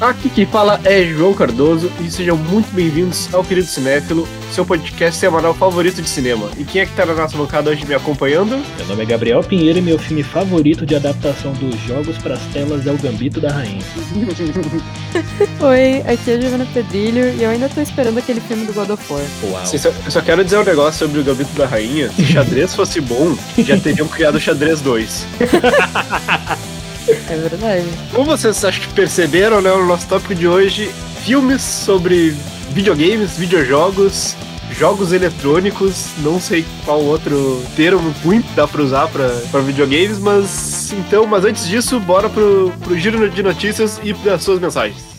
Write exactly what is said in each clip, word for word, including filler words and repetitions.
Aqui quem fala é João Cardoso e sejam muito bem-vindos ao Querido Cinéfilo, seu podcast semanal favorito de cinema. E quem é que tá na nossa bancada hoje me acompanhando? Meu nome é Gabriel Pinheiro e meu filme favorito de adaptação dos jogos para as telas é O Gambito da Rainha. Oi, aqui é a Giovana Pedrilho e eu ainda tô esperando aquele filme do God of War. Uau. Só, eu só quero dizer um negócio sobre O Gambito da Rainha. Se xadrez fosse bom, já teriam criado o Xadrez dois. É verdade. Como vocês acho que perceberam, né, o nosso tópico de hoje, filmes sobre videogames, videojogos, jogos eletrônicos, não sei qual outro termo muito dá pra usar pra, pra videogames, mas então, mas antes disso, bora pro, pro giro de notícias e das suas mensagens.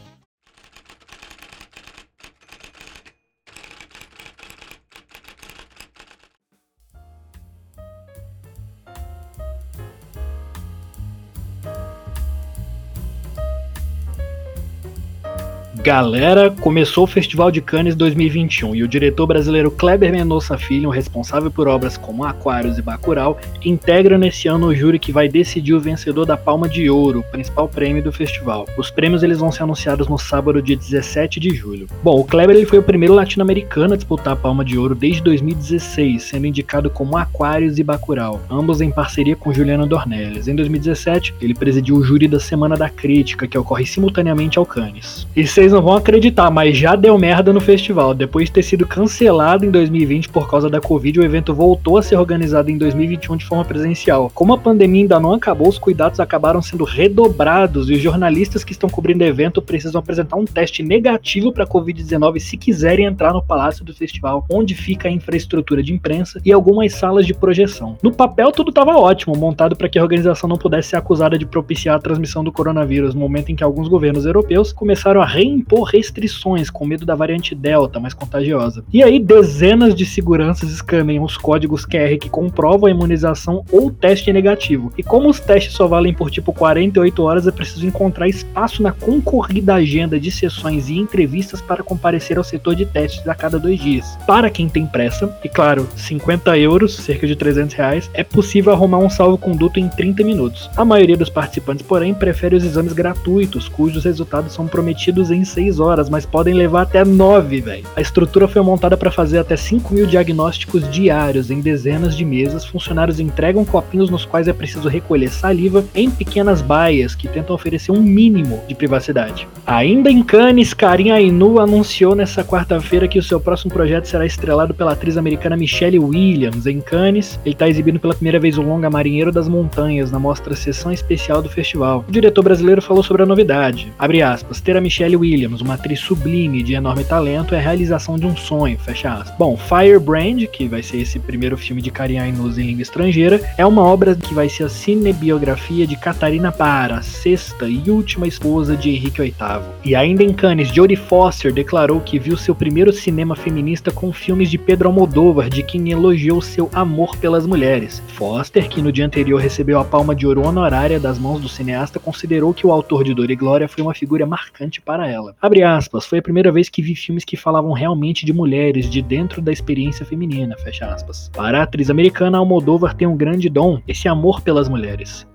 Galera, começou o Festival de Cannes dois mil e vinte e um e o diretor brasileiro Kleber Mendonça Filho, responsável por obras como Aquários e Bacurau, integra nesse ano o júri que vai decidir o vencedor da Palma de Ouro, o principal prêmio do festival. Os prêmios eles vão ser anunciados no sábado, dia dezessete de julho. Bom, o Kleber ele foi o primeiro latino-americano a disputar a Palma de Ouro desde dois mil e dezesseis, sendo indicado como Aquários e Bacurau, ambos em parceria com Juliana Dornelles. Em dois mil e dezessete, ele presidiu o júri da Semana da Crítica, que ocorre simultaneamente ao Cannes. E vocês não vão acreditar, mas já deu merda no festival. Depois de ter sido cancelado em dois mil e vinte por causa da Covid, o evento voltou a ser organizado em dois mil e vinte e um de forma presencial. Como a pandemia ainda não acabou, os cuidados acabaram sendo redobrados e os jornalistas que estão cobrindo o evento precisam apresentar um teste negativo para a covid dezenove se quiserem entrar no Palácio do Festival, onde fica a infraestrutura de imprensa e algumas salas de projeção. No papel tudo estava ótimo, montado para que a organização não pudesse ser acusada de propiciar a transmissão do coronavírus, no momento em que alguns governos europeus começaram a reimpor restrições com medo da variante Delta, mais contagiosa. E aí dezenas de seguranças escaneiam os códigos Q R que comprovam a imunização ou teste negativo. E como os testes só valem por tipo quarenta e oito horas, é preciso encontrar espaço na concorrida agenda de sessões e entrevistas para comparecer ao setor de testes a cada dois dias. Para quem tem pressa, e claro, cinquenta euros, cerca de trezentos reais, é possível arrumar um salvo-conduto em trinta minutos. A maioria dos participantes, porém, prefere os exames gratuitos, cujos resultados são prometidos em seis horas, mas podem levar até nove, velho. A estrutura foi montada para fazer até cinco mil diagnósticos diários em dezenas de mesas. Funcionários entregam copinhos nos quais é preciso recolher saliva em pequenas baias que tentam oferecer um mínimo de privacidade. Ainda em Cannes, Karim Ainu anunciou nessa quarta-feira que o seu próximo projeto será estrelado pela atriz americana Michelle Williams. Em Cannes, ele está exibindo pela primeira vez o longa Marinheiro das Montanhas na mostra Sessão Especial do festival. O diretor brasileiro falou sobre a novidade. Abre aspas, ter a Michelle Williams, uma atriz sublime de enorme talento, é a realização de um sonho, fecha aspas. Bom, Firebrand, que vai ser esse primeiro filme de Karim Ainu em língua estrangeira, é uma obra que vai ser a cinebiografia de Catarina Parra, sexta e última esposa de Henrique oitavo. E ainda em Cannes, Jodie Foster declarou que viu seu primeiro cinema feminista com filmes de Pedro Almodóvar, de quem elogiou seu amor pelas mulheres. Foster, que no dia anterior recebeu a Palma de Ouro honorária das mãos do cineasta, considerou que o autor de Dor e Glória foi uma figura marcante para ela. Abre aspas, foi a primeira vez que vi filmes que falavam realmente de mulheres, de dentro da experiência feminina, fecha aspas. Para a atriz americana, Almodóvar tem um grande dom, esse amor pelas mulheres.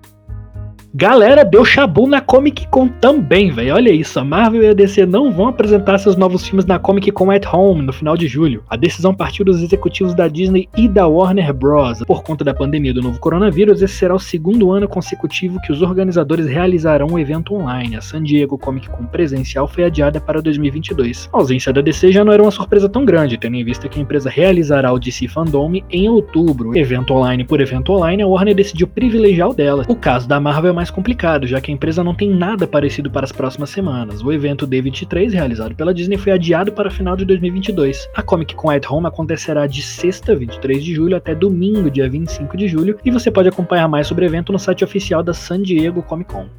Galera, deu chabu na Comic Con também, velho. Olha isso, a Marvel e a D C não vão apresentar seus novos filmes na Comic Con at Home no final de julho. A decisão partiu dos executivos da Disney e da Warner Bros. Por conta da pandemia do novo coronavírus, esse será o segundo ano consecutivo que os organizadores realizarão um evento online. A San Diego Comic Con presencial foi adiada para dois mil e vinte e dois. A ausência da D C já não era uma surpresa tão grande, tendo em vista que a empresa realizará o D C Fandom em outubro. Evento online por evento online, a Warner decidiu privilegiar o dela. O caso da Marvel é mais complicado, já que a empresa não tem nada parecido para as próximas semanas. O evento D vinte e três, realizado pela Disney, foi adiado para o final de dois mil e vinte e dois. A Comic Con at Home acontecerá de sexta, vinte e três de julho, até domingo, dia vinte e cinco de julho, e você pode acompanhar mais sobre o evento no site oficial da San Diego Comic Con.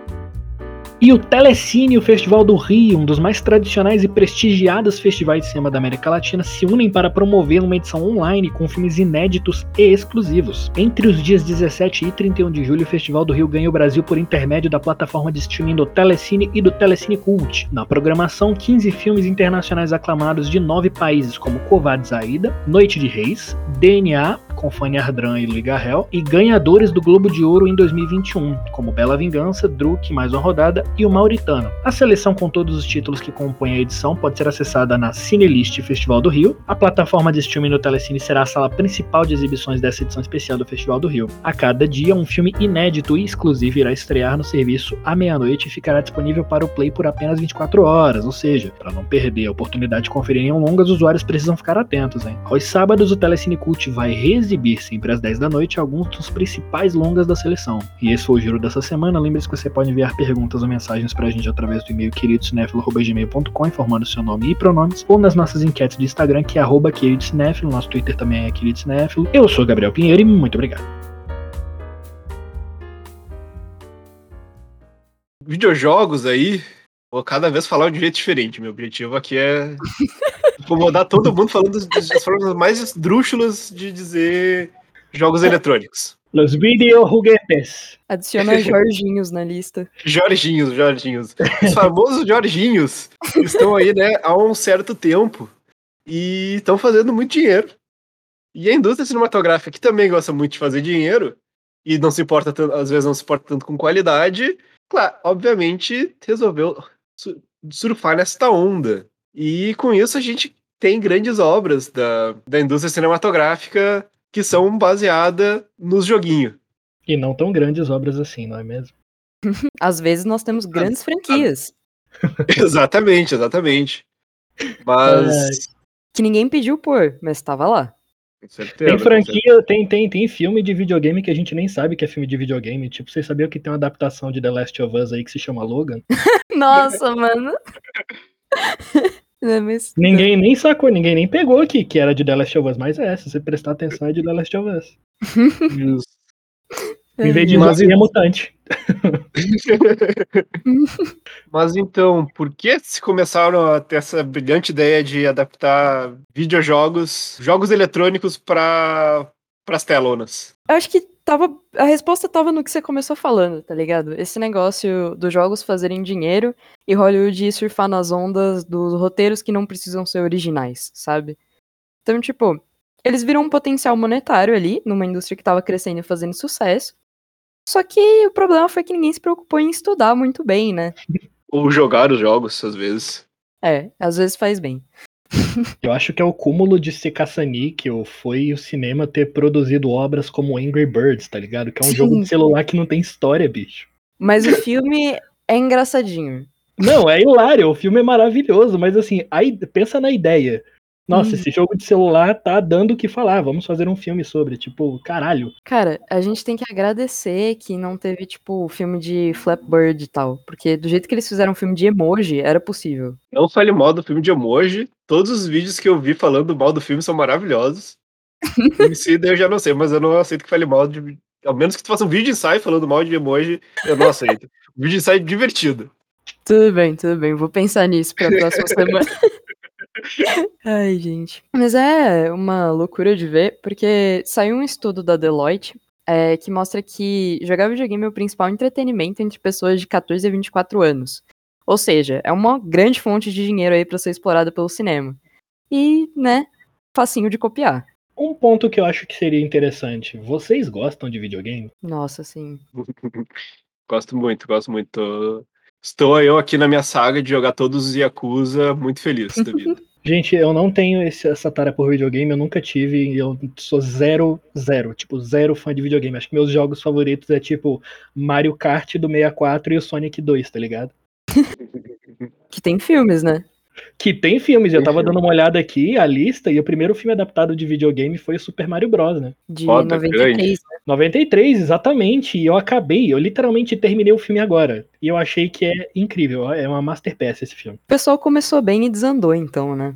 E o Telecine, o Festival do Rio, um dos mais tradicionais e prestigiados festivais de cinema da América Latina, se unem para promover uma edição online com filmes inéditos e exclusivos. Entre os dias dezessete e trinta e um de julho, o Festival do Rio ganha o Brasil por intermédio da plataforma de streaming do Telecine e do Telecine Cult. Na programação, quinze filmes internacionais aclamados de nove países, como Covardes Aida, Noite de Reis, D N A, com Fanny Ardern e Louis Garrel, e ganhadores do Globo de Ouro em dois mil e vinte e um, como Bela Vingança, Druk, Mais Uma Rodada e o Mauritano. A seleção com todos os títulos que compõem a edição pode ser acessada na Cinelist Festival do Rio. A plataforma de streaming do Telecine será a sala principal de exibições dessa edição especial do Festival do Rio. A cada dia, um filme inédito e exclusivo irá estrear no serviço à meia-noite e ficará disponível para o Play por apenas vinte e quatro horas, ou seja, para não perder a oportunidade de conferir nenhum longas, os usuários precisam ficar atentos, hein? Aos sábados, o Telecine Cult vai reexibir sempre às dez da noite alguns dos principais longas da seleção. E esse foi o giro dessa semana. Lembre-se que você pode enviar perguntas ou mensagens pra gente através do e-mail queridocinéfilo arroba gmail ponto com, informando seu nome e pronomes, ou nas nossas enquetes do Instagram, que é arroba queridocinéfilo, nosso Twitter também é queridocinéfilo. Eu sou Gabriel Pinheiro e muito obrigado. Videojogos aí, vou cada vez falar de um jeito diferente. Meu objetivo aqui é incomodar todo mundo falando das, das formas mais esdrúxulas de dizer jogos eletrônicos. Los videojuguetes. Adiciona Jorginhos na lista. Jorginhos, Jorginhos. Os famosos Jorginhos estão aí, né, há um certo tempo e estão fazendo muito dinheiro. E a indústria cinematográfica, que também gosta muito de fazer dinheiro e não se importa tanto, às vezes não se importa tanto com qualidade, claro, obviamente resolveu surfar nesta onda. E com isso a gente tem grandes obras da, da indústria cinematográfica que são baseadas nos joguinhos. E não tão grandes obras assim, não é mesmo? Às vezes nós temos grandes franquias. Exatamente, exatamente. Mas... que ninguém pediu por, mas estava lá. Com certeza, tem franquia, tem, tem, tem filme de videogame que a gente nem sabe que é filme de videogame. Tipo, vocês sabiam que tem uma adaptação de The Last of Us aí que se chama Logan? Nossa, mano. Não, mas... Ninguém nem sacou, ninguém nem pegou aqui que era de The Last of Us, mas é, se você prestar atenção é de The Last of Us. Em vez de Mas zumbi é mutante. Mas então, por que se começaram a ter essa brilhante ideia de adaptar videojogos, jogos eletrônicos para as telonas? Eu acho que tava, a resposta tava no que você começou falando, tá ligado? Esse negócio dos jogos fazerem dinheiro e Hollywood surfar nas ondas dos roteiros que não precisam ser originais, sabe? Então, tipo, eles viram um potencial monetário ali, numa indústria que tava crescendo e fazendo sucesso. Só que o problema foi que ninguém se preocupou em estudar muito bem, né? Ou jogar os jogos, às vezes. É, às vezes faz bem. Eu acho que é o cúmulo de ser caça-níquel foi o cinema ter produzido obras como Angry Birds, tá ligado? Que é um Sim. jogo de celular que não tem história, bicho. Mas o filme é engraçadinho. Não, é hilário, o filme é maravilhoso, mas assim, aí, pensa na ideia. Nossa, Hum. esse jogo de celular tá dando o que falar, vamos fazer um filme sobre, tipo, caralho. Cara, a gente tem que agradecer que não teve, tipo, filme de Flappy Bird e tal. Porque do jeito que eles fizeram um filme de emoji, era possível. Não fale mal do filme de emoji. Todos os vídeos que eu vi falando mal do filme são maravilhosos. Em si, daí eu já não sei, mas eu não aceito que fale mal de... Ao menos que tu faça um vídeo ensaio falando mal de emoji, eu não aceito. Um vídeo ensaio divertido. Tudo bem, tudo bem. Vou pensar nisso pra próxima semana. Ai, gente. Mas é uma loucura de ver, porque saiu um estudo da Deloitte é, que mostra que jogar videogame é o principal entretenimento entre pessoas de catorze a vinte e quatro anos. Ou seja, é uma grande fonte de dinheiro aí pra ser explorada pelo cinema. E, né, facinho de copiar. Um ponto que eu acho que seria interessante, vocês gostam de videogame? Nossa, sim. Gosto muito, gosto muito. Tô... Estou eu aqui na minha saga de jogar todos os Yakuza, muito feliz da vida. Gente, eu não tenho esse, essa tara por videogame, eu nunca tive, eu sou zero, zero, tipo, zero fã de videogame. Acho que meus jogos favoritos é tipo Mario Kart do sessenta e quatro e o Sonic dois, tá ligado? Que tem filmes, né? Que tem filmes, eu Tem tava filme. dando uma olhada aqui, a lista, e o primeiro filme adaptado de videogame foi o Super Mario Bros, né? De Foda, noventa e três, né? noventa e três, exatamente, e eu acabei, eu literalmente terminei o filme agora. E eu achei que é incrível, é uma masterpiece esse filme. O pessoal começou bem e desandou, então, né?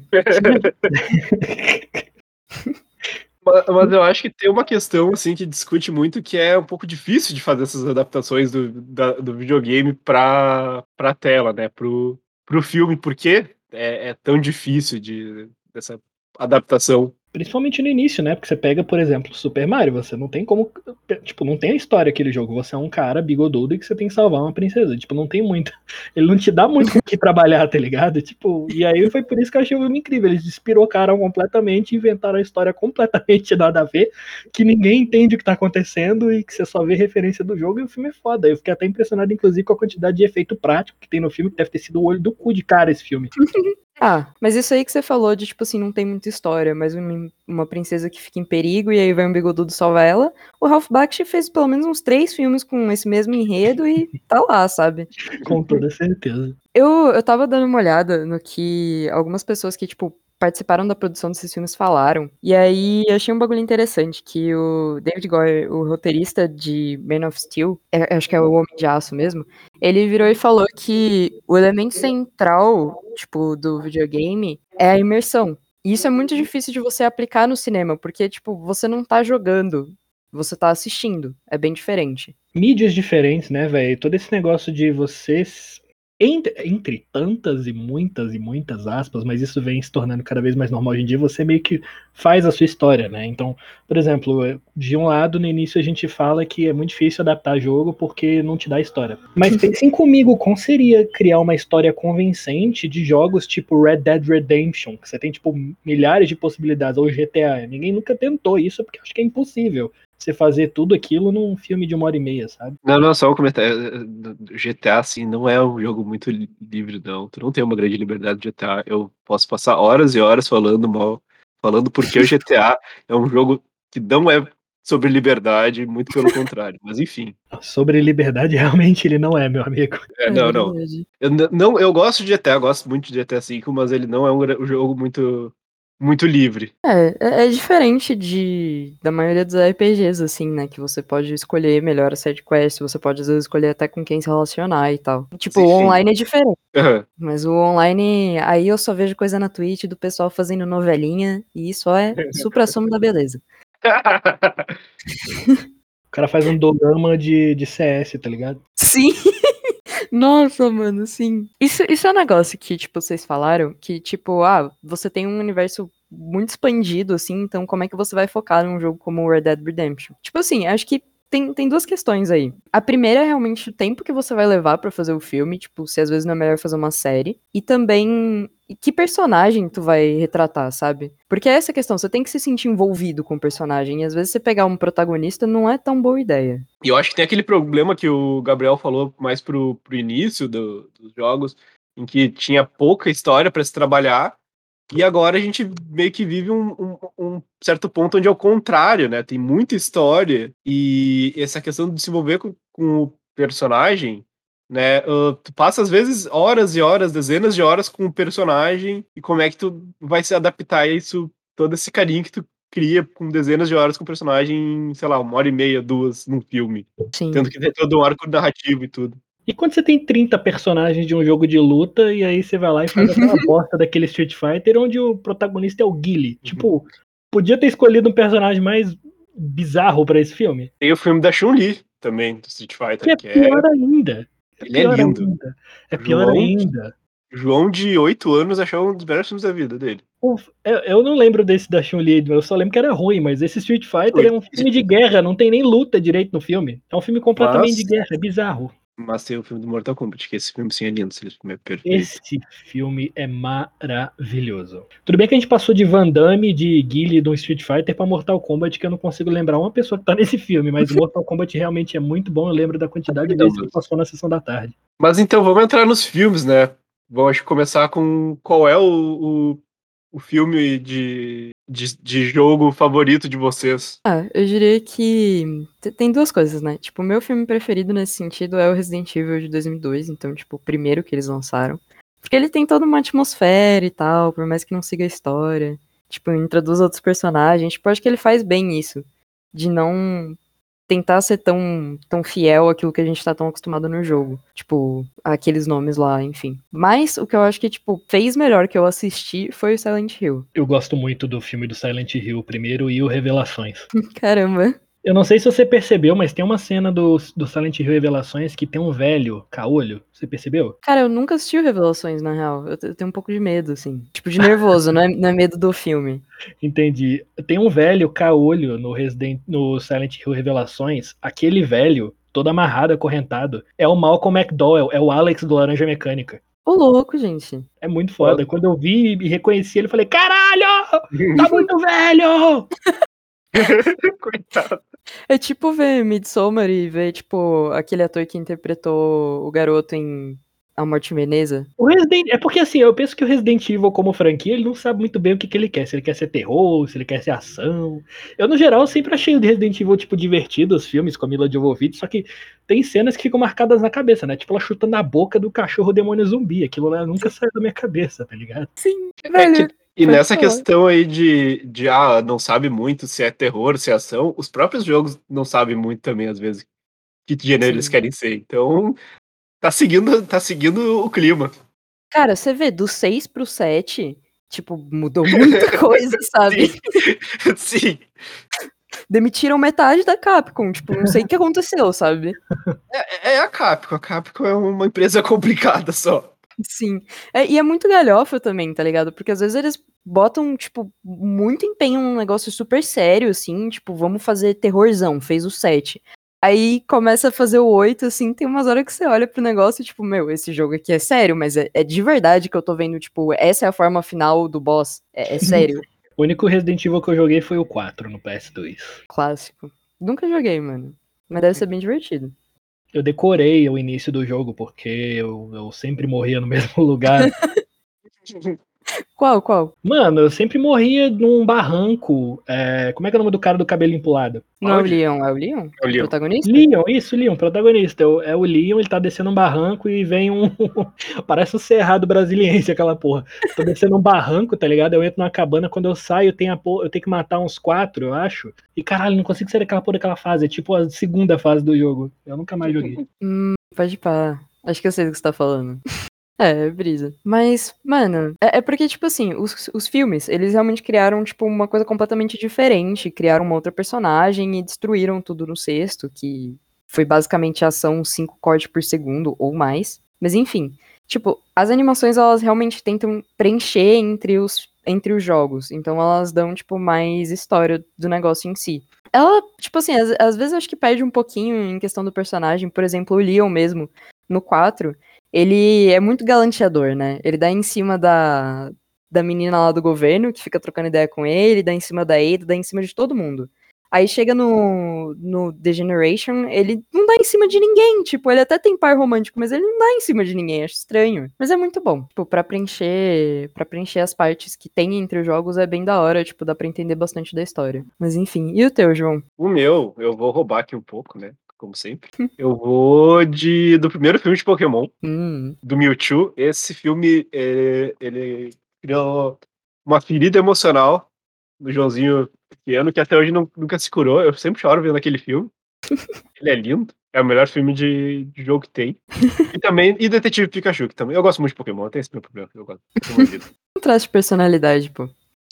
Mas, mas eu acho que tem uma questão assim que discute muito, que é um pouco difícil de fazer essas adaptações do, da, do videogame para a tela, né? Pro, pro filme, porque é, é tão difícil de, dessa adaptação. Principalmente no início, né? Porque você pega, por exemplo, Super Mario, você não tem como. Tipo, não tem a história aquele jogo. Você é um cara bigodudo e que você tem que salvar uma princesa. Tipo, não tem muito. Ele não te dá muito com o que trabalhar, tá ligado? Tipo, e aí foi por isso que eu achei o filme incrível. Eles despirocaram completamente, inventaram a história completamente nada a ver, que ninguém entende o que tá acontecendo e que você só vê referência do jogo e o filme é foda. Eu fiquei até impressionado, inclusive, com a quantidade de efeito prático que tem no filme, que deve ter sido o olho do cu de cara esse filme. Ah, mas isso aí que você falou de, tipo assim, não tem muita história, mas uma, uma princesa que fica em perigo e aí vai um bigodudo salvar ela. O Ralph Bakshi fez pelo menos uns três filmes com esse mesmo enredo e tá lá, sabe? Com toda certeza. Eu, eu tava dando uma olhada no que algumas pessoas que, tipo, participaram da produção desses filmes falaram. E aí eu achei um bagulho interessante, que o David Goyer, o roteirista de Man of Steel, é- acho que é o Homem de Aço mesmo, ele virou e falou que o elemento central, tipo, do videogame é a imersão. E isso é muito difícil de você aplicar no cinema, porque, tipo, você não tá jogando, você tá assistindo. É bem diferente. Mídias diferentes, né, velho? Todo esse negócio de vocês. Entre, entre tantas e muitas e muitas aspas, mas isso vem se tornando cada vez mais normal hoje em dia, você meio que faz a sua história, né? Então, por exemplo, de um lado, no início a gente fala que é muito difícil adaptar jogo porque não te dá história. Mas pensem comigo, como seria criar uma história convincente de jogos tipo Red Dead Redemption, que você tem, tipo, milhares de possibilidades, ou G T A. Ninguém nunca tentou isso porque eu acho que é impossível você fazer tudo aquilo num filme de uma hora e meia, sabe? Não, não, só um comentário. G T A, assim, não é um jogo muito li- livre, não. Tu não tem uma grande liberdade de G T A. Eu posso passar horas e horas falando mal, falando porque o G T A é um jogo que não é sobre liberdade, muito pelo contrário. Mas enfim. Sobre liberdade, realmente ele não é, meu amigo. É, É não, não. verdade. Eu, n- não. Eu gosto de G T A, gosto muito de G T A V, mas ele não é um, gra- um jogo muito, muito livre. É, é é diferente de da maioria dos R P Gs, assim, né? Que você pode escolher melhor a side quest, você pode às vezes escolher até com quem se relacionar e tal. Tipo, o Enfim. online é diferente. Aham. Mas o online, aí eu só vejo coisa na Twitch do pessoal fazendo novelinha, e isso é supra-sumo da beleza. O cara faz um dogama de, de C S, tá ligado? Sim! Nossa, mano, sim. Isso, isso é um negócio que, tipo, vocês falaram, que, tipo, ah, você tem um universo muito expandido, assim, então como é que você vai focar num jogo como o Red Dead Redemption? Tipo assim, acho que tem, tem duas questões aí. A primeira é realmente o tempo que você vai levar pra fazer o filme, tipo, se às vezes não é melhor fazer uma série. E também, que personagem tu vai retratar, sabe? Porque é essa questão, você tem que se sentir envolvido com o personagem, e às vezes você pegar um protagonista não é tão boa ideia. E eu acho que tem aquele problema que o Gabriel falou mais pro, pro início do- dos jogos, em que tinha pouca história para se trabalhar, e agora a gente meio que vive um, um- um certo ponto onde é o contrário, né? Tem muita história, e essa questão de se envolver com, com o personagem, né? ah, tu passa às vezes horas e horas, dezenas de horas com o personagem, e como é que tu vai se adaptar a isso, todo esse carinho que tu cria com dezenas de horas com o personagem em, sei lá, uma hora e meia, duas, num filme. Sim. Tendo que ter todo um arco narrativo e tudo. E quando você tem trinta personagens de um jogo de luta, e aí você vai lá e faz aquela bosta daquele Street Fighter, onde o protagonista é o Guile. Tipo, podia ter escolhido um personagem mais bizarro pra esse filme. Tem o filme da Chun-Li também, do Street Fighter, Que é que é. pior ainda. É Ele é pior lindo. ainda. É pior João, ainda. João de oito anos achou um dos melhores filmes da vida dele. Uf, eu, eu não lembro desse da Chun-Li, eu só lembro que era ruim, mas esse Street Fighter Foi. é um filme de guerra, não tem nem luta direito no filme. É um filme completamente Mas, de guerra, é bizarro. mas tem o filme do Mortal Kombat, que esse filme sim é lindo, esse filme é perfeito. Esse filme é maravilhoso. Tudo bem que a gente passou de Van Damme, de Guile do Street Fighter pra Mortal Kombat, que eu não consigo lembrar uma pessoa que tá nesse filme, mas o Mortal Kombat realmente é muito bom, eu lembro da quantidade de Então, vezes que mas- passou na sessão da tarde. Mas então, vamos entrar nos filmes, né? Vamos acho que começar com qual é o, o, o filme de, de, de jogo favorito de vocês. Ah, eu diria que te- tem duas coisas, né? Tipo, o meu filme preferido nesse sentido é o Resident Evil de dois mil e dois, então, tipo, o primeiro que eles lançaram. Porque ele tem toda uma atmosfera e tal, por mais que não siga a história. Tipo, introduz outros personagens. Tipo, eu acho que ele faz bem isso. De não tentar ser tão, tão fiel àquilo que a gente tá tão acostumado no jogo. Tipo, aqueles nomes lá, enfim. Mas o que eu acho que, tipo, fez melhor que eu assisti foi o Silent Hill. Eu gosto muito do filme do Silent Hill, o primeiro, e o Revelações. Caramba. Eu não sei se você percebeu, mas tem uma cena do, do Silent Hill Revelações que tem um velho caolho. Você percebeu? Cara, eu nunca assisti o Revelações, na real. Eu, te- eu tenho um pouco de medo, assim. Tipo, de nervoso, não é, não é medo do filme. Entendi. Tem um velho caolho no, Resident, no Silent Hill Revelações. Aquele velho, todo amarrado, acorrentado, é o Malcolm McDowell, é o Alex do Laranja Mecânica. Ô, louco, gente. É muito foda. Quando eu vi e reconheci ele, eu falei, caralho! Tá muito velho! Coitado. É tipo ver Midsommar e ver, tipo, aquele ator que interpretou o garoto em A Morte em Veneza. O Resident... É porque assim, eu penso que o Resident Evil como franquia, ele não sabe muito bem o que, que ele quer. Se ele quer ser terror, se ele quer ser ação. Eu, no geral, sempre achei o Resident Evil, tipo, divertido, os filmes com a Mila Jovovich, só que tem cenas que ficam marcadas na cabeça, né? Tipo, ela chutando a boca do cachorro demônio zumbi. Aquilo lá nunca saiu da minha cabeça, tá ligado? Sim, É velho. que, e pode nessa falar. questão aí de, de, ah, não sabe muito se é terror, se é ação, os próprios jogos não sabem muito também, às vezes, que gênero eles Sim. querem ser. Então, tá seguindo, tá seguindo o clima. Cara, você vê, do seis pro sete, tipo, mudou muita coisa, sabe? Sim. Sim. Demitiram metade da Capcom, tipo, não sei o que aconteceu, sabe? É, é a Capcom. A Capcom é uma empresa complicada só. Sim. É, e é muito galhofa também, tá ligado? Porque às vezes eles botam, tipo, muito empenho num negócio super sério, assim, tipo, vamos fazer terrorzão, fez o sete. Aí começa a fazer o oito, assim, tem umas horas que você olha pro negócio e, tipo, meu, esse jogo aqui é sério, mas é, é de verdade que eu tô vendo, tipo, essa é a forma final do boss. É, é sério. O único Resident Evil que eu joguei foi o quatro no P S dois. Clássico. Nunca joguei, mano. Mas deve ser bem divertido. Eu decorei o início do jogo, porque eu, eu sempre morria no mesmo lugar. Qual, qual? Mano, eu sempre morria num barranco. É, como é que é o nome do cara do cabelo empolado? Não é o Onde? Leon, é o Leon? É o O Leon. protagonista? Leon, isso, Leon, protagonista. É o- É o Leon, ele tá descendo um barranco e vem um. Parece um cerrado brasiliense aquela porra. Tô descendo um barranco, tá ligado? Eu entro numa cabana, quando eu saio, eu tenho, a porra- eu tenho que matar uns quatro, eu acho. E caralho, não consigo sair daquela porra daquela fase. É tipo a segunda fase do jogo. Eu nunca mais joguei. Hum, pode pá. Acho que eu sei do que você tá falando. É, brisa. Mas, mano, é, é porque, tipo assim, os, os filmes, eles realmente criaram, tipo, uma coisa completamente diferente. Criaram uma outra personagem e destruíram tudo no sexto, que foi basicamente ação cinco cortes por segundo ou mais. Mas, enfim, tipo, as animações, elas realmente tentam preencher entre os, entre os jogos. Então, elas dão, tipo, mais história do negócio em si. Ela, tipo assim, às, às vezes eu acho que perde um pouquinho em questão do personagem. Por exemplo, o Leon mesmo, no quatro. Ele é muito galanteador, né? Ele dá em cima da, da menina lá do governo, que fica trocando ideia com ele, dá em cima da Ada, dá em cima de todo mundo. Aí chega no, no The Generation, ele não dá em cima de ninguém. Tipo, ele até tem par romântico, mas ele não dá em cima de ninguém, acho estranho. Mas é muito bom. Tipo, pra preencher, pra preencher as partes que tem entre os jogos é bem da hora, tipo, dá pra entender bastante da história. Mas enfim, e o teu, João? O meu, eu vou roubar aqui um pouco, né? Como sempre. Eu vou de do primeiro filme de Pokémon, Hum, do Mewtwo. Esse filme, ele, ele criou uma ferida emocional no Joãozinho pequeno, que até hoje não- nunca se curou. Eu sempre choro vendo aquele filme. Ele é lindo. É o melhor filme de, de jogo que tem. E também, e Detetive Pikachu, que também. Eu gosto muito de Pokémon, tem esse meu problema. Eu gosto. Eu amo vida. contraste de personalidade, pô.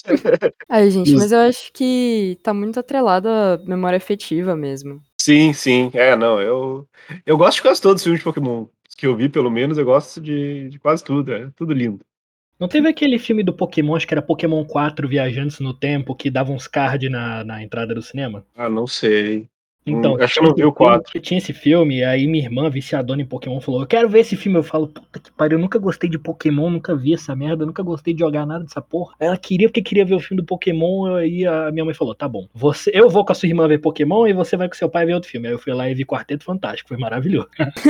Ai, gente, mas eu acho que tá muito atrelado à memória afetiva mesmo. Sim, sim. É, não, eu, eu gosto de quase todos os filmes de Pokémon que eu vi, pelo menos, eu gosto de, de quase tudo. É tudo lindo. Não teve aquele filme do Pokémon, acho que era Pokémon quatro Viajantes no Tempo, que dava uns card na, na entrada do cinema? Ah, não sei. Hum, Então, acho que eu tinha não vi esse o filme, quatro. tinha esse filme, e aí minha irmã, viciadona em Pokémon, falou: Eu quero ver esse filme. Eu falo: Puta que pariu, eu nunca gostei de Pokémon, nunca vi essa merda, nunca gostei de jogar nada dessa porra. Ela queria porque queria ver o filme do Pokémon, aí a minha mãe falou: Tá bom, você, eu vou com a sua irmã ver Pokémon e você vai com seu pai ver outro filme. Aí eu fui lá e vi Quarteto Fantástico, foi maravilhoso.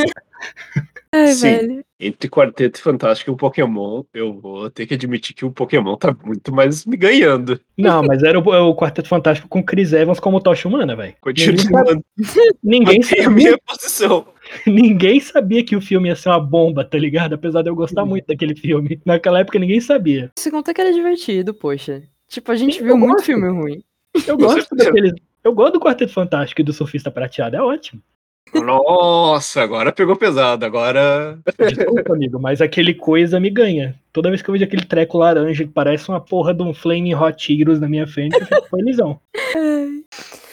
Ai, Sim. velho. Entre Quarteto Fantástico e o Pokémon, eu vou ter que admitir que o Pokémon tá muito mais me ganhando. Não, mas era o, o Quarteto Fantástico com Chris Evans como Tocha Humana, velho. Ninguém, sa- Continuando. ninguém Mantém a sabia. minha posição. Ninguém sabia que o filme ia ser uma bomba, tá ligado? Apesar de eu gostar muito daquele filme. Naquela época ninguém sabia. Se conta que era divertido, poxa. Tipo, a gente Sim, viu eu muito gosto. filme ruim. Eu Com gosto certeza. daqueles. Eu gosto do Quarteto Fantástico e do Surfista Prateado, é ótimo. Nossa, agora pegou pesado. Agora. Desculpa, amigo, mas aquele coisa me ganha. Toda vez que eu vejo aquele treco laranja que parece uma porra de um Flaming Hot Cheetos na minha frente, eu fico felizão.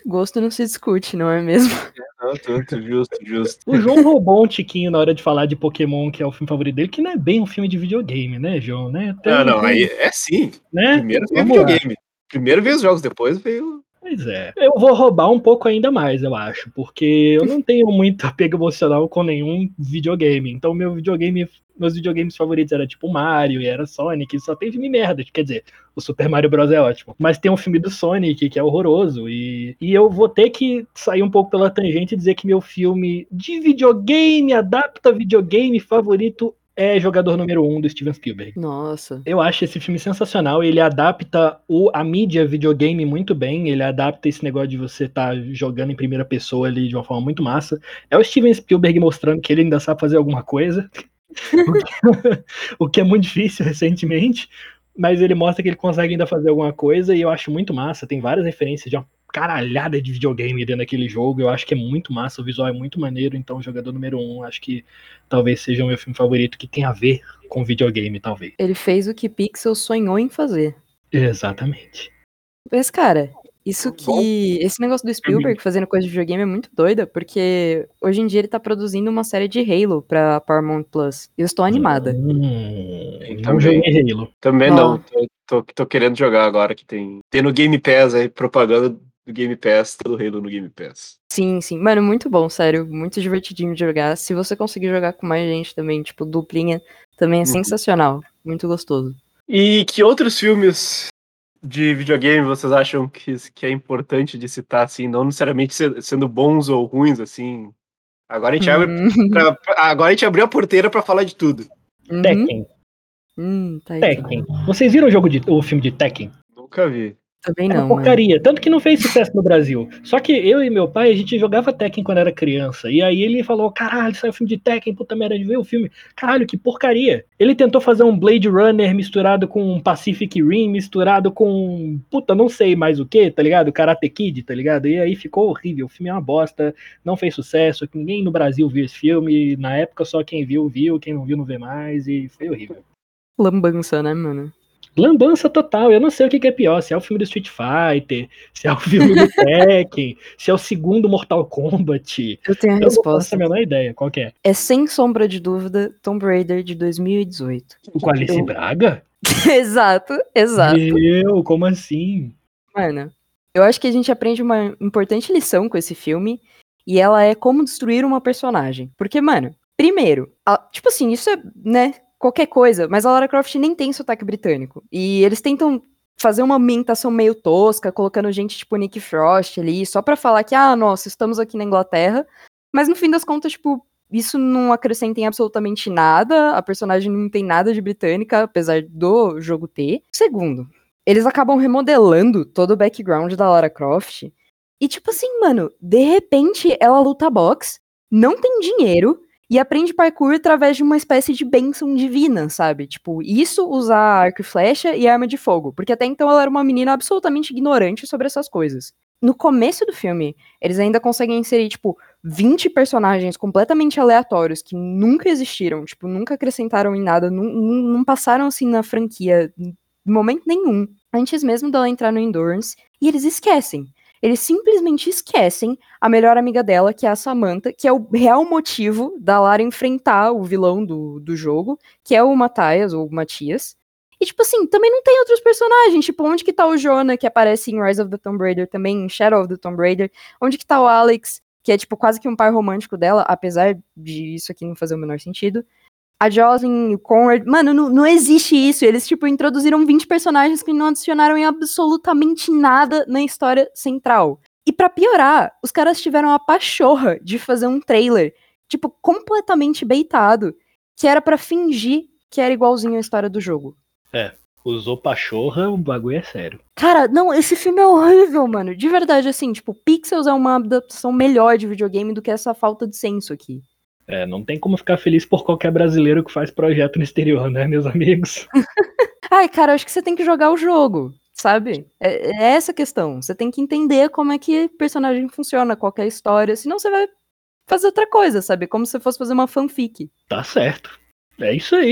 gosto não se discute, não é mesmo? Não, tanto, justo, justo. O João roubou um tiquinho na hora de falar de Pokémon, que é o filme favorito dele, que não é bem um filme de videogame, né, João? Né? Tem, Não, não, tem, aí é sim. né? Primeiro veio Vamos lá. videogame. Primeiro veio os jogos, depois veio. Pois é. Eu vou roubar um pouco ainda mais, eu acho, porque eu não tenho muito apego emocional com nenhum videogame. Então, meu videogame, meus videogames favoritos era tipo Mario e era Sonic, só tem filme merda. Quer dizer, o Super Mario Bros. É ótimo. Mas tem um filme do Sonic que é horroroso. E, e eu vou ter que sair um pouco pela tangente e dizer que meu filme de videogame, adapta videogame favorito é Jogador Número um do Steven Spielberg. Nossa. Eu acho esse filme sensacional, ele adapta o, a mídia videogame muito bem, ele adapta esse negócio de você estar tá jogando em primeira pessoa ali de uma forma muito massa. É o Steven Spielberg mostrando que ele ainda sabe fazer alguma coisa, o, que, o que é muito difícil recentemente, mas ele mostra que ele consegue ainda fazer alguma coisa e eu acho muito massa, tem várias referências de uma caralhada de videogame dentro daquele jogo, eu acho que é muito massa, o visual é muito maneiro, então o Jogador Número um, acho que talvez seja o meu filme favorito que tem a ver com videogame, talvez. Ele fez o que Pixel sonhou em fazer. Exatamente. Mas, cara, isso que... Esse negócio do Spielberg fazendo coisa de videogame é muito doida, porque hoje em dia ele tá produzindo uma série de Halo pra Paramount Plus. Eu estou animada. Hum, não Também. joguei Halo. Também Ó. não. Tô, tô, tô querendo jogar agora que tem. Tem no Game Pass aí, propaganda do Game Pass, todo Halo no Game Pass. Sim, sim. Mano, muito bom, sério. Muito divertidinho de jogar. Se você conseguir jogar com mais gente também, tipo, duplinha, também é Uhum. sensacional. Muito gostoso. E que outros filmes de videogame vocês acham que, que é importante de citar, assim, não necessariamente se- sendo bons ou ruins, assim? Agora a gente abre Hum. pra- agora a gente abriu a porteira pra falar de tudo. Uhum. Tekken. Hum, tá aí. Tekken. Vocês viram o, jogo de, o filme de Tekken? Nunca vi. Também É uma não, mano. porcaria. Tanto que não fez sucesso no Brasil. Só que eu e meu pai, a gente jogava Tekken quando era criança. E aí ele falou, caralho, saiu o filme de Tekken, puta merda, de ver o filme. Caralho, que porcaria. Ele tentou fazer um Blade Runner misturado com um Pacific Rim, misturado com, puta, não sei mais o que, tá ligado? Karate Kid, tá ligado? E aí ficou horrível. O filme é uma bosta, não fez sucesso. Ninguém no Brasil viu esse filme. Na época só quem viu, viu. Quem não viu, não vê mais. E foi horrível. Lambança, né, mano? Lambança total, eu não sei o que é pior, se é o filme do Street Fighter, se é o filme do Tekken, se é o segundo Mortal Kombat. Eu tenho a Eu não faço resposta. a menor ideia, qual que é? É sem sombra de dúvida Tomb Raider de dois mil e dezoito. Com a Alice Eu- Braga? Exato, exato. Meu, como assim? Mano, eu acho que a gente aprende uma importante lição com esse filme, e ela é como destruir uma personagem. Porque, mano, primeiro, a- tipo assim, isso é, né, qualquer coisa, mas a Lara Croft nem tem sotaque britânico. E eles tentam fazer uma ambientação meio tosca, colocando gente tipo Nick Frost ali, só pra falar que, ah, nossa, estamos aqui na Inglaterra. Mas no fim das contas, tipo, isso não acrescenta em absolutamente nada, a personagem não tem nada de britânica, apesar do jogo ter. Segundo, eles acabam remodelando todo o background da Lara Croft. E tipo assim, mano, de repente ela luta boxe, não tem dinheiro e aprende parkour através de uma espécie de bênção divina, sabe? Tipo, isso usar arco e flecha e arma de fogo. Porque até então ela era uma menina absolutamente ignorante sobre essas coisas. No começo do filme, eles ainda conseguem inserir, tipo, vinte personagens completamente aleatórios que nunca existiram, tipo, nunca acrescentaram em nada, não, não, não passaram assim na franquia em momento nenhum, antes mesmo dela entrar no Endurance, e eles esquecem. Eles simplesmente esquecem a melhor amiga dela, que é a Samantha, que é o real motivo da Lara enfrentar o vilão do, do jogo, que é o Matthias, ou Matias. E, tipo assim, também não tem outros personagens. Tipo, onde que tá o Jonah, que aparece em Rise of the Tomb Raider, também em Shadow of the Tomb Raider? Onde que tá o Alex, que é, tipo, quase que um par romântico dela, apesar de isso aqui não fazer o menor sentido. A Jocelyn, o Conrad, mano, não, não existe isso. Eles, tipo, introduziram vinte personagens que não adicionaram em absolutamente nada na história central. E pra piorar, os caras tiveram a pachorra de fazer um trailer, tipo, completamente beitado, que era pra fingir que era igualzinho à história do jogo. É, usou pachorra, o bagulho é sério. Cara, não, esse filme é horrível, mano. De verdade, assim, tipo, Pixels é uma adaptação melhor de videogame do que essa falta de senso aqui. É, não tem como ficar feliz por qualquer brasileiro que faz projeto no exterior, né, meus amigos? Ai, cara, acho que você tem que jogar o jogo, sabe? É, é essa a questão. Você tem que entender como é que personagem funciona, qual que é a história, senão você vai fazer outra coisa, sabe? Como se fosse fazer uma fanfic. Tá certo. É isso aí.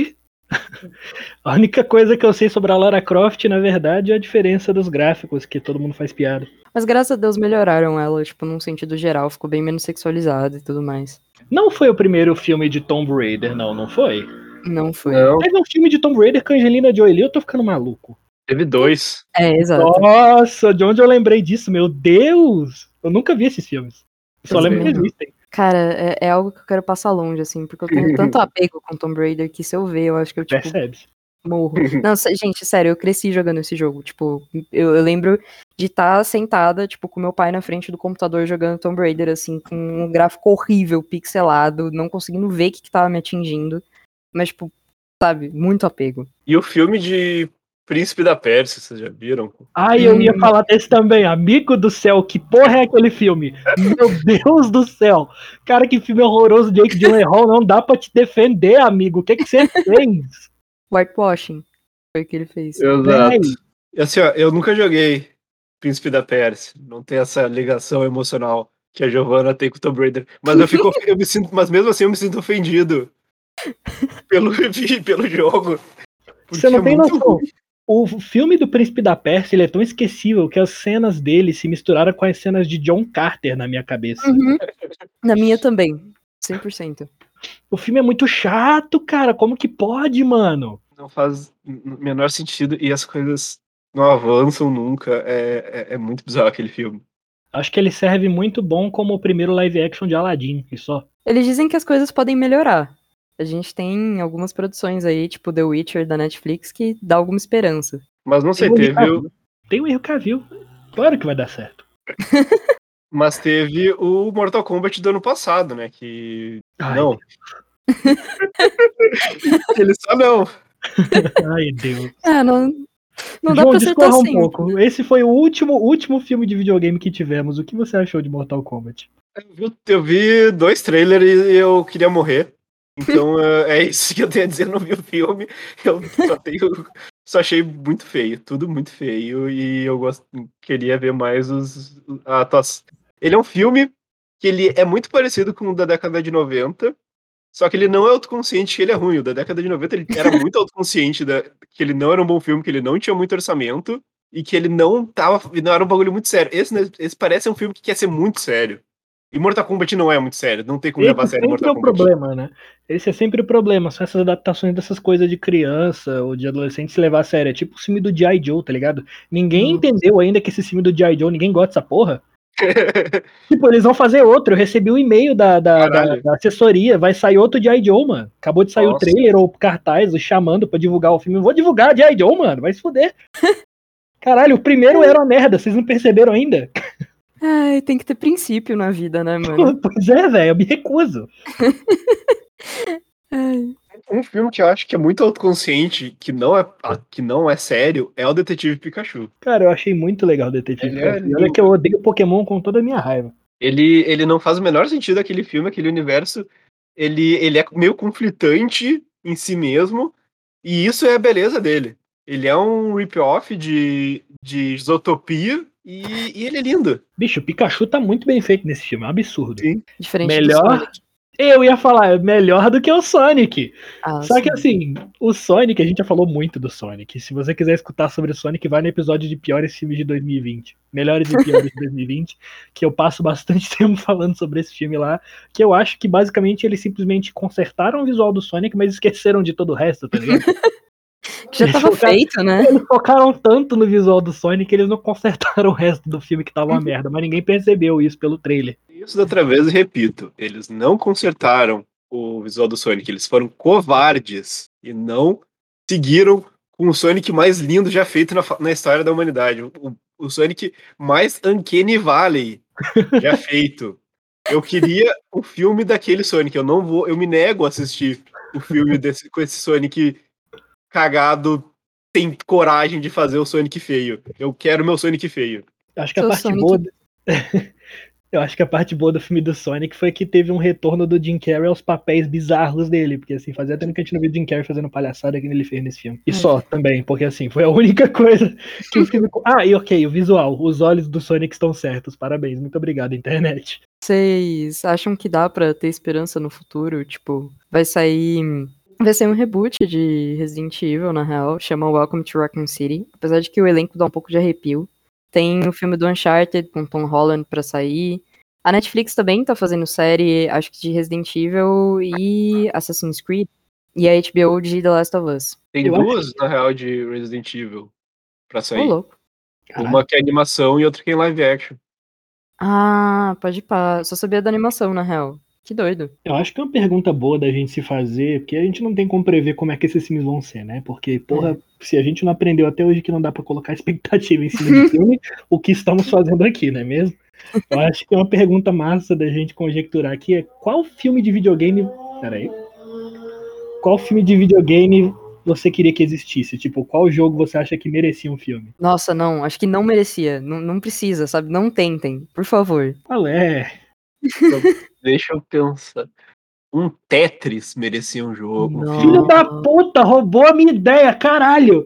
A única coisa que eu sei sobre a Lara Croft, na verdade, é a diferença dos gráficos, que todo mundo faz piada. Mas graças a Deus melhoraram ela, tipo, num sentido geral, ficou bem menos sexualizada e tudo mais. Não foi o primeiro filme de Tomb Raider, não, não foi? Não foi. Não, Teve um filme de Tomb Raider com a Angelina Jolie, eu tô ficando maluco. teve dois. É, exato. Nossa, de onde eu lembrei disso, meu Deus! Eu nunca vi esses filmes. Só Pois lembro é. que existem. Cara, é, é algo que eu quero passar longe, assim, porque eu tenho tanto apego com Tomb Raider que se eu ver, eu acho que eu, tipo, Percebe-se. morro. Não, sé- gente, sério, eu cresci jogando esse jogo. Tipo, eu, eu lembro de estar sentada, tipo, com meu pai na frente do computador jogando Tomb Raider, assim, com um gráfico horrível, pixelado, não conseguindo ver o que, que tava me atingindo. Mas, tipo, sabe, muito apego. E o filme de Príncipe da Pérsia, vocês já viram? Ai, eu ia Hum. falar desse também, amigo do céu, que porra é aquele filme? Meu Deus do céu! Cara, que filme horroroso, Jake Gyllenhaal, não dá pra te defender, amigo. O que que você fez? Whitewashing foi o que ele fez. Exato. Véi. E assim, ó, eu nunca joguei Príncipe da Pérsia. Não tem essa ligação emocional que a Giovanna tem com o Tomb Raider. Mas eu fico, eu me sinto, mas mesmo assim eu me sinto ofendido pelo, pelo jogo. Você não é tem muito noção. ruim. O filme do Príncipe da Pérsia, ele é tão esquecível que as cenas dele se misturaram com as cenas de John Carter na minha cabeça. Uhum. Na minha também, cem por cento. O filme é muito chato, cara. Como que pode, mano? Não faz o menor sentido e as coisas não avançam nunca. É, é, é muito bizarro aquele filme. Acho que ele serve muito bom como o primeiro live action de Aladdin, e só. Eles dizem que as coisas podem melhorar. A gente tem algumas produções aí, tipo The Witcher da Netflix, que dá alguma esperança. Mas não sei, Tem um teve Henry o, Cavill. Tem o Henry Cavill. Claro que vai dar certo. mas teve o Mortal Kombat do ano passado, né? Que. Ai, Não. Ele só não. Ai, Deus. Ah, não, não dá João, pra ser discorra um assim. pouco. Esse foi o último, último filme de videogame que tivemos. O que você achou de Mortal Kombat? Eu vi, eu vi dois trailers e eu queria morrer. Então é é isso que eu tenho a dizer. Eu não vi o filme. Eu só tenho. Só achei muito feio. Tudo muito feio. E eu gost... queria ver mais os. A atuação. Ele é um filme que ele é muito parecido com o da década de noventa. Só que ele não é autoconsciente que ele é ruim. O da década de noventa ele era muito autoconsciente da... que ele não era um bom filme, que ele não tinha muito orçamento e que ele não tava. Não era um bagulho muito sério. Esse, esse parece um filme que quer ser muito sério. E Mortal Kombat não é muito sério, não tem como levar a Esse sério sempre é Mortal o Kombat. problema, né? Esse é sempre o problema. São essas adaptações dessas coisas de criança ou de adolescente se levar a sério. É tipo o filme do G I. Joe, tá ligado? Ninguém Hum. entendeu ainda que esse filme do G I. Joe, ninguém gosta dessa porra. Tipo, eles vão fazer outro. Eu recebi um e-mail da, da, da, Caralho. da assessoria. Vai sair outro G I. Joe, mano. Acabou de sair Nossa. o trailer ou o cartaz, o chamando pra divulgar o filme. Eu vou divulgar G I. Joe, mano. Vai se fuder. Caralho, o primeiro era uma merda. Vocês não perceberam ainda? Ai, tem que ter princípio na vida, né, mano? Pois é, velho. Eu me recuso. Ai. Um filme que eu acho que é muito autoconsciente, que não é, que não é sério, é o Detetive Pikachu. Cara, eu achei muito legal o Detetive Ele é Pikachu. E olha lindo. que eu odeio Pokémon com toda a minha raiva. Ele, ele não faz o menor sentido aquele filme, aquele universo. Ele, ele é meio conflitante em si mesmo, e isso é a beleza dele. Ele é um rip-off de, de Zootopia e, e ele é lindo. Bicho, o Pikachu tá muito bem feito nesse filme, é um absurdo. Sim. Diferente Melhor? do Sonic. Eu ia falar, é melhor do que o Sonic. Ah, Só sim. que assim, o Sonic, a gente já falou muito do Sonic. Se você quiser escutar sobre o Sonic, vai no episódio de piores filmes de dois mil e vinte. Melhores e piores de dois mil e vinte. Que eu passo bastante tempo falando sobre esse filme lá. Que eu acho que basicamente eles simplesmente consertaram o visual do Sonic, mas esqueceram de todo o resto, tá ligado? Que já Eles tava focaram- feito, né? Eles focaram tanto no visual do Sonic que eles não consertaram o resto do filme que tava uma merda. Mas ninguém percebeu isso pelo trailer. Isso da outra vez, eu repito, eles não consertaram o visual do Sonic, eles foram covardes e não seguiram com o Sonic mais lindo já feito na, fa- na história da humanidade. O, o Sonic mais Uncanny Valley já feito. Eu queria o filme daquele Sonic, eu não vou, eu me nego a assistir o filme desse, com esse Sonic cagado, sem coragem de fazer o Sonic feio. Eu quero meu Sonic feio. Acho que a Seu parte Sonic. boa. do- Eu acho que a parte boa do filme do Sonic foi que teve um retorno do Jim Carrey aos papéis bizarros dele. Porque assim, fazia tempo que a gente não viu o Jim Carrey fazendo palhaçada que ele fez nesse filme. E É. só também, porque assim, foi a única coisa que o filme. Ah, e ok, o visual. Os olhos do Sonic estão certos. Parabéns, muito obrigado, internet. Vocês acham que dá pra ter esperança no futuro? Tipo, vai sair Vai ser um reboot de Resident Evil, na real, chama Welcome to Raccoon City, apesar de que o elenco dá um pouco de arrepio. Tem o filme do Uncharted com Tom Holland pra sair. A Netflix também tá fazendo série, acho que de Resident Evil e Assassin's Creed. E a H B O de The Last of Us. Tem Eu duas, acho na real, de Resident Evil pra Ô, sair. louco. Uma que é animação e outra que é em live action. Ah, pode ir pá. Só sabia da animação, na real. Que doido. Eu acho que é uma pergunta boa da gente se fazer, porque a gente não tem como prever como é que esses filmes vão ser, né? Porque, porra, se a gente não aprendeu até hoje que não dá pra colocar expectativa em cima de filme, o que estamos fazendo aqui, não é mesmo? Eu acho que é uma pergunta massa da gente conjecturar aqui é qual filme de videogame. Peraí. Qual filme de videogame você queria que existisse? Tipo, qual jogo você acha que merecia um filme? Nossa, não. Acho que não merecia. Não, não precisa, sabe? Não tentem. Por favor. Qual é? Então, deixa eu pensar. Um Tetris merecia um jogo. Um Não. Filho da puta, roubou a minha ideia, caralho!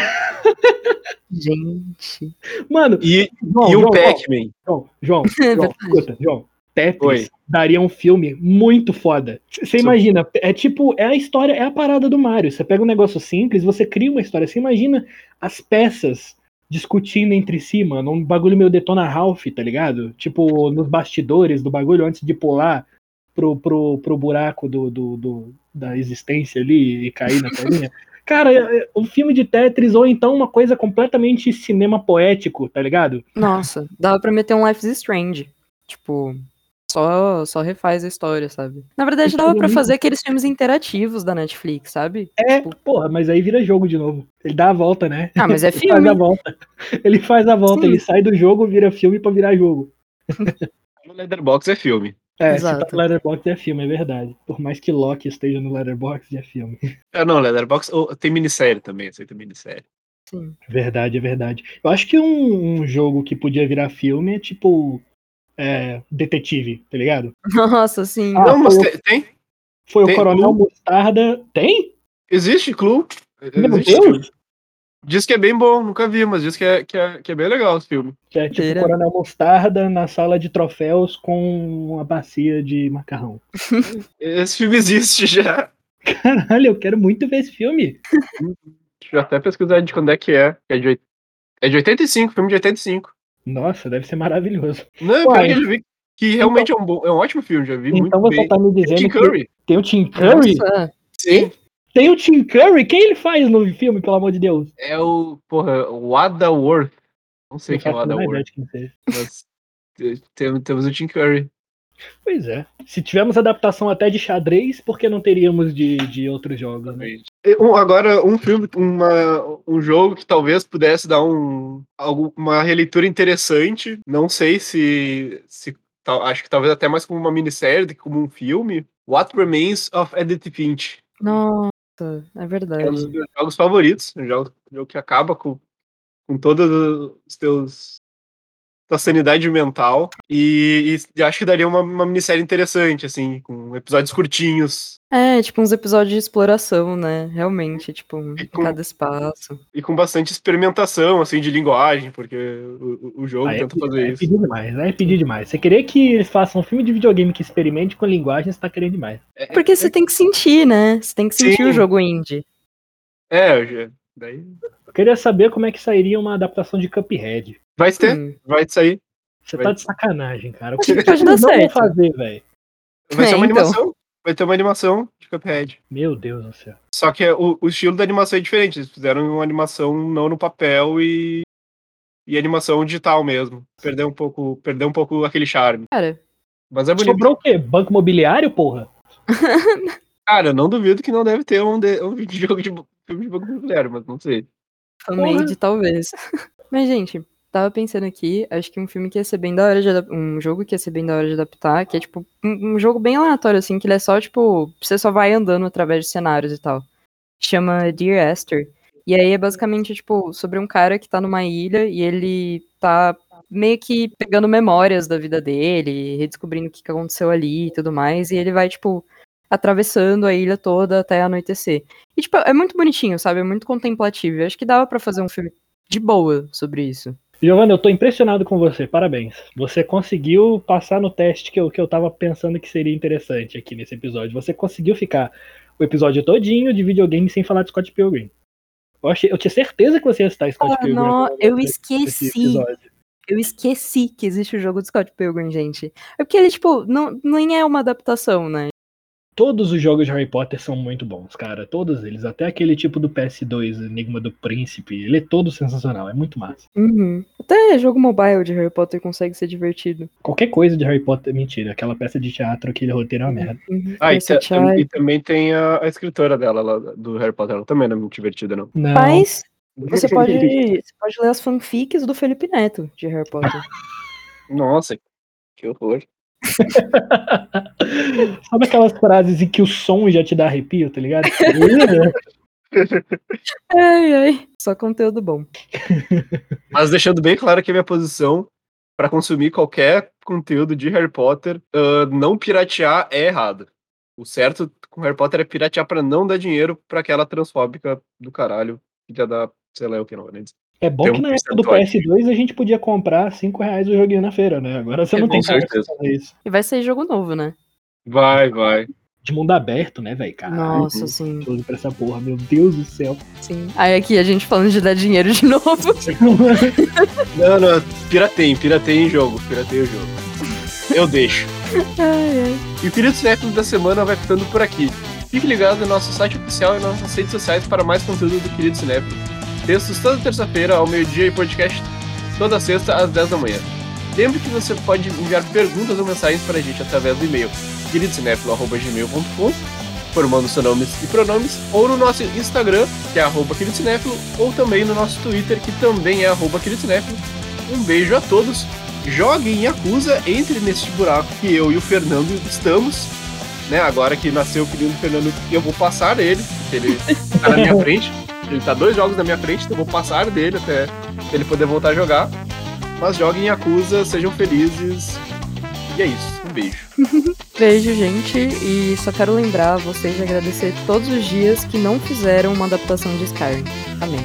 Gente. Mano, E, João, e um João, Pac-Man. João, João, É João, verdade. escuta, João. Tetris Oi. daria um filme muito foda. Você Sim. imagina, é tipo, é a história, é a parada do Mario. Você pega um negócio simples, você cria uma história. Você imagina as peças discutindo entre si, mano. Um bagulho meio Detona Ralph, tá ligado? Tipo, nos bastidores do bagulho, antes de pular pro, pro, pro buraco do, do, do- da existência ali e cair na telinha. Cara, é- é um filme de Tetris, ou então uma coisa completamente cinema poético, tá ligado? Nossa, dava pra meter um Life is Strange. Tipo, só, só refaz a história, sabe? Na verdade, Eu dava queria pra muito- fazer aqueles filmes interativos da Netflix, sabe? É, Tipo, porra, mas aí vira jogo de novo. Ele dá a volta, né? ah, mas é Ele faz filme. a volta. Ele faz a volta, Sim. ele sai do jogo, vira filme pra virar jogo. No Letterboxd é filme. É, se tá Exato. no Letterboxd é filme, é verdade. Por mais que Loki esteja no Letterboxd, é filme. É, não, Letterboxd oh, tem minissérie também, aceita minissérie. Sim. Verdade, é verdade. Eu acho que um, um jogo que podia virar filme é tipo. É, Detetive, tá ligado? Nossa, sim. Ah, não, mas foi, tem, tem. foi tem o Coronel Clue. Mostarda. Tem? Existe Clue. Meu Existe esse Deus! filme. Diz que é bem bom, nunca vi, mas diz que é, que é, que é bem legal esse filme. Que é tipo Doideira. Coronel Mostarda na sala de troféus com uma bacia de macarrão. Esse filme existe já. Caralho, eu quero muito ver esse filme. Deixa eu até pesquisar de quando é que é. É de, oit- é de oitenta e cinco, filme de oitenta e cinco. Nossa, deve ser maravilhoso. Não, é Uai, pior que eu já vi que realmente é, um bom, é um ótimo filme, já vi muito então você bem. tá me Tem dizendo Tim que Curry. tem o Tim Curry? Nossa. Sim. Tem o Tim Curry? Quem ele faz no filme, pelo amor de Deus? É o, porra, o Ada Worth. Não sei Não quem é o faço a Ada menor ideia Worth, de quem seja. mas te- tem- temos o Tim Curry. Pois é. Se tivermos adaptação até de xadrez, por que não teríamos de, de outros jogos, né? E um- agora, um filme, uma, um jogo que talvez pudesse dar um, algo- uma releitura interessante. Não sei se, se tal- acho que talvez até mais como uma minissérie do que como um filme. What Remains of Edith Finch. Nossa, é É um dos verdade. meus jogos favoritos. Um jogo, um jogo que acaba com, com todos os teus tua sanidade mental. E, e acho que daria uma, uma minissérie interessante, assim, com episódios curtinhos. É, tipo uns episódios de exploração, né? Realmente, tipo, E em com, cada espaço. e com bastante experimentação, assim, de linguagem, porque o, o- o jogo Ah, é, tenta fazer é isso. pedir demais, é pedir demais. Você querer que eles façam um filme de videogame que experimente com linguagem, você tá querendo demais. É, Porque você tem que sentir, né? Você tem que sentir Sim. o jogo indie. é, eu já- daí Eu queria saber como é que sairia uma adaptação de Cuphead. vai ter, Hum. vai sair. Você Vai- tá de sacanagem, cara. O Acho que que pode eles dar não vão certo. fazer, velho? Vai É, ser uma então. animação. Vai ter uma animação de Cuphead. Meu Deus do céu. Só que é- o, o estilo da animação é diferente. Eles fizeram uma animação não no papel e, e animação digital mesmo. Perdeu um pouco, perdeu um pouco aquele charme. Cara, Mas é bonito. Sobrou o quê? Banco imobiliário, porra? Cara, eu não duvido que não deve ter um, de, um videojogo de filme de banco imobiliário, mas não sei. fan-made, talvez. Mas, gente, tava pensando aqui, acho que um filme que ia ser bem da hora de adaptar, um jogo que ia ser bem da hora de adaptar, que é, tipo, um, um jogo bem aleatório, assim, que ele é só, tipo, você só vai andando através de cenários e tal. Chama Dear Esther. E aí é basicamente, tipo, sobre um cara que tá numa ilha e ele tá meio que pegando memórias da vida dele, redescobrindo o que que aconteceu ali e tudo mais, e ele vai, tipo, atravessando a ilha toda até anoitecer. E, tipo, é muito bonitinho, sabe? É muito contemplativo. Eu acho que dava pra fazer um filme de boa sobre isso. Giovanna, eu tô impressionado com você, parabéns. Você conseguiu passar no teste que eu, que eu tava pensando que seria interessante aqui nesse episódio. Você conseguiu ficar o episódio todinho de videogame sem falar de Scott Pilgrim. Eu, achei, eu tinha certeza que você ia citar Scott Ah, Pilgrim. não, eu nesse esqueci. episódio. Eu esqueci que existe o jogo do Scott Pilgrim, gente. É porque ele, tipo, não, nem é uma adaptação, né? Todos os jogos de Harry Potter são muito bons, cara. Todos eles. Até aquele tipo do P S dois, Enigma do Príncipe. Ele é todo sensacional. É muito massa. Uhum. Até jogo mobile de Harry Potter consegue ser divertido. Qualquer coisa de Harry Potter, mentira. Aquela peça de teatro, aquele roteiro é uma merda. Uhum. Ah, e, Percy ta- tam- e Jackson. também tem a, a escritora dela, lá, do Harry Potter. Ela também não é muito divertida, não. Não. Mas você pode, você pode ler as fanfics do Felipe Neto de Harry Potter. Nossa, que horror. Sabe aquelas frases em que o som já te dá arrepio, tá ligado? Ai, ai. Só conteúdo bom. Mas deixando bem claro que a minha posição pra consumir qualquer conteúdo de Harry Potter, ah, não piratear é errado. O certo com Harry Potter é piratear pra não dar dinheiro pra aquela transfóbica do caralho, que já dá, sei lá o que não, né? É bom Tem que um na época do P percentual. S dois a gente podia comprar cinco reais o joguinho na feira, né? Agora você É, não com tem como certeza. fazer isso. E vai sair jogo novo, né? Vai, vai. De mundo aberto, né, velho? Caralho. Nossa, Uhum. sim, Tudo pra essa porra, meu Deus do céu. sim. Aí aqui a gente falando de dar dinheiro de novo. Não, não, pirateiem, pirateiem jogo, pirateiem o jogo. Eu deixo. Ai, ai. E o Querido Cinéfilo da semana vai ficando por aqui. Fique ligado no nosso site oficial e nas nossas redes sociais para mais conteúdo do Querido Cinéfilo. Textos toda terça-feira ao meio-dia e podcast toda sexta às dez da manhã. Lembre que você pode enviar perguntas ou mensagens para a gente através do e-mail queridocinéfilo arroba gmail ponto com, formando seus nomes e pronomes, ou no nosso Instagram, que é arroba queridocinéfilo, ou também no nosso Twitter, que também é arroba queridocinéfilo. Um beijo a todos, joguem Yakuza, entre nesse buraco que eu e o Fernando estamos, né? Agora que nasceu o filhinho do Fernando, eu vou passar ele, porque ele tá na minha frente, ele tá dois jogos na minha frente, então eu vou passar dele até ele poder voltar a jogar. Mas joguem Yakuza, sejam felizes, e é isso, um beijo. Beijo, gente. E só quero lembrar vocês de agradecer todos os dias que não fizeram uma adaptação de Skyrim. Amém.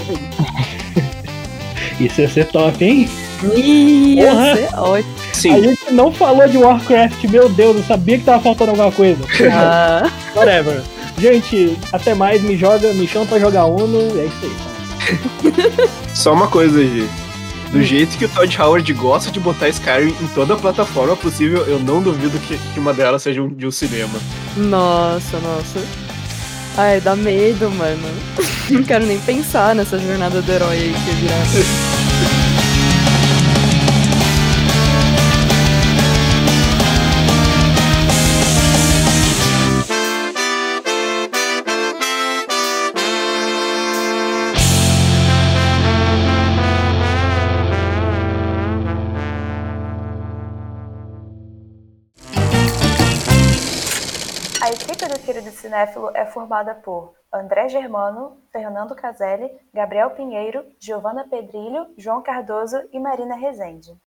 Isso ia ser top, hein? Ia Porra. ser ótimo. Sim. A gente não falou de Warcraft, meu Deus, eu sabia que tava faltando alguma coisa. Ah, Whatever. Gente, até mais, me joga, me chama pra jogar Uno, é isso aí. Só uma coisa, gente. Do jeito que o Todd Howard gosta de botar Skyrim em toda a plataforma possível, eu não duvido que, que uma delas seja um, de um cinema. nossa, nossa. Ai, dá medo, mano. Não quero nem pensar nessa jornada do herói aí que virar. A equipe do Querido Cinéfilo é formada por André Germano, Fernando Caselli, Gabriel Pinheiro, Giovana Pedrilho, João Cardoso e Marina Rezende.